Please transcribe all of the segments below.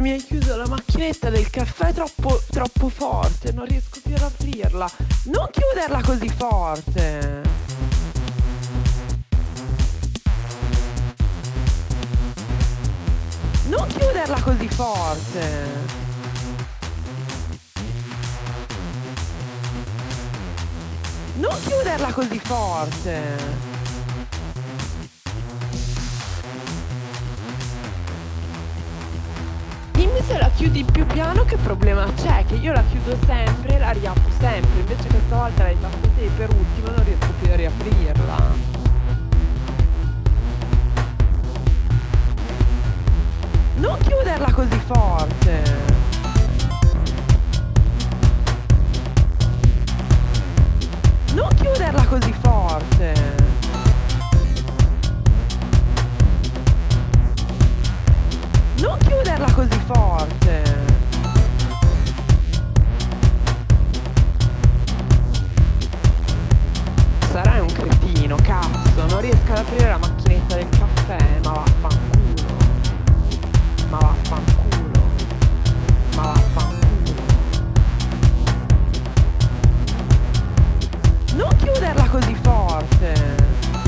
mi hai chiuso la macchinetta del caffè troppo forte, non riesco più ad aprirla. Non chiuderla così forte. Non chiuderla così forte. Non chiuderla così forte. Dimmi se la chiudi più piano che problema c'è, che io la chiudo sempre, la riapro sempre, invece questa volta l'hai fatta te per ultimo, non riesco più a riaprirla. Non chiuderla così forte. Non chiuderla così forte. Non chiuderla così forte. Sarai un cretino, cazzo, non riesco ad aprire la macchinetta del caffè, ma vaffanculo. Ma vaffanculo. Ma vaffanculo. Non chiuderla così forte.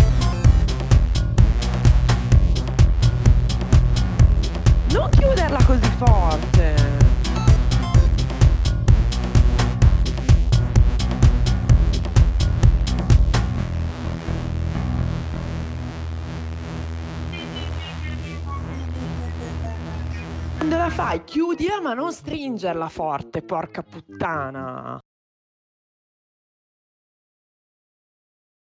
Non chiuderla così forte. Quando la fai, chiudila ma non stringerla forte, porca puttana.